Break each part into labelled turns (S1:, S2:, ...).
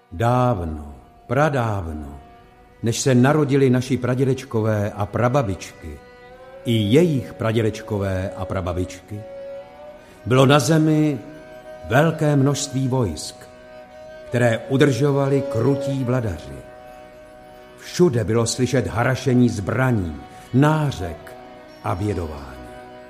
S1: Dávno, pradávno, než se narodili naši pradědečkové a prababičky, i jejich pradědečkové a prababičky, bylo na zemi velké množství vojsk, které udržovali krutí vladaři. Všude bylo slyšet harašení zbraní, nářek a bědování.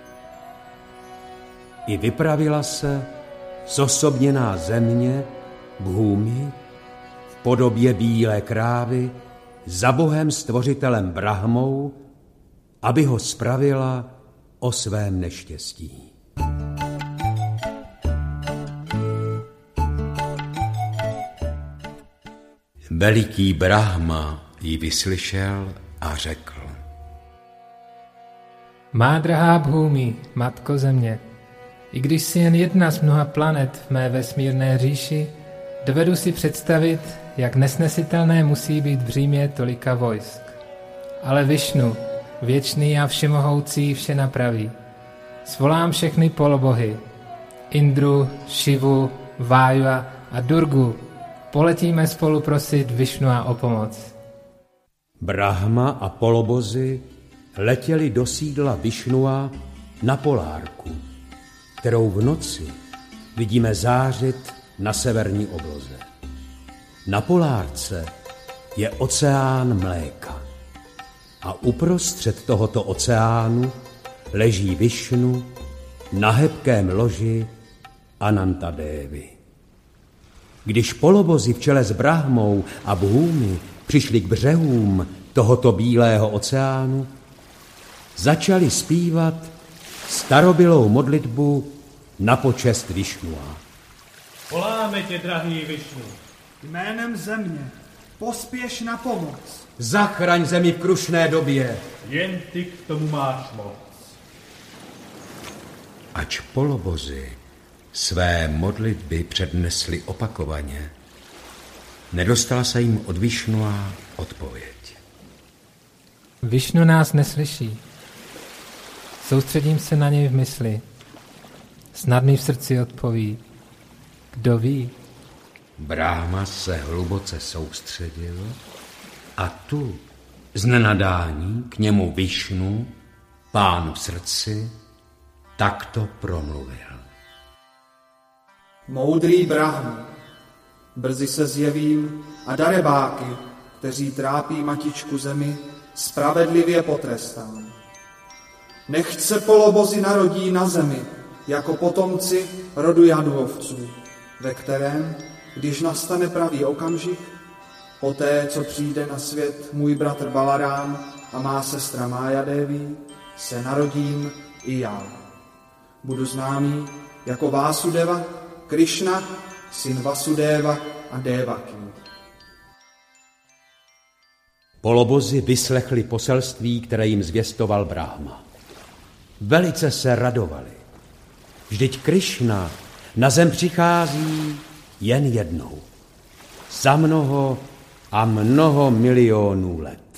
S1: I vypravila se zosobněná země, Bhúmi, v podobě bílé krávy, za Bohem stvořitelem Brahmou, aby ho spravila o svém neštěstí. Veliký Brahma ji vyslyšel a řekl:
S2: Má drahá Bhúmi, matko země, i když jsi jen jedna z mnoha planet v mé vesmírné říši, dovedu si představit, jak nesnesitelné musí být břímě tolika vojsk. Ale Višnu, věčný a všemohoucí, vše napraví. Svolám všechny polobohy, Indru, Šivu, Vájua a Durgu. Poletíme spolu prosit Višnua o pomoc.
S1: Brahma a polobozy letěli do sídla Višnua na Polárku, kterou v noci vidíme zářit na severní obloze. Na Polárce je oceán mléka a uprostřed tohoto oceánu leží Višnu na hebkém loži Anantadévy. Když polobozy v čele s Brahmou a Bhúmi přišli k břehům tohoto bílého oceánu, začali zpívat starobylou modlitbu na počest Višnua.
S3: Voláme tě, drahý Višnu.
S4: Jménem země, pospěš na pomoc.
S1: Zachraň zemi v krušné době.
S3: Jen ty k tomu máš moc.
S1: Ač polobozy své modlitby přednesli opakovaně, nedostala se jim od Višnua odpověď.
S2: Višnu nás neslyší. Soustředím se na něj v mysli. Snad mi v srdci odpoví. Kdo ví?
S1: Brahma se hluboce soustředil a tu z nenadání k němu Višnu, pán v srdci, takto promluvil.
S4: Moudrý Brahmo, brzy se zjevím a darebáky, kteří trápí matičku zemi, spravedlivě potrestám. Nechť se polobozy narodí na zemi, jako potomci rodu Jadvovců, ve kterém, když nastane pravý okamžik, poté, co přijde na svět můj bratr Balarám a má sestra Májadeví, se narodím i já. Budu známý jako Vásudeva, Krišna, syn Vasudeva a Dévaky.
S1: Polobozy vyslechli poselství, které jim zvěstoval Brahma. Velice se radovali. Vždyť Krišna na zem přichází jen jednou. Za mnoho a mnoho milionů let.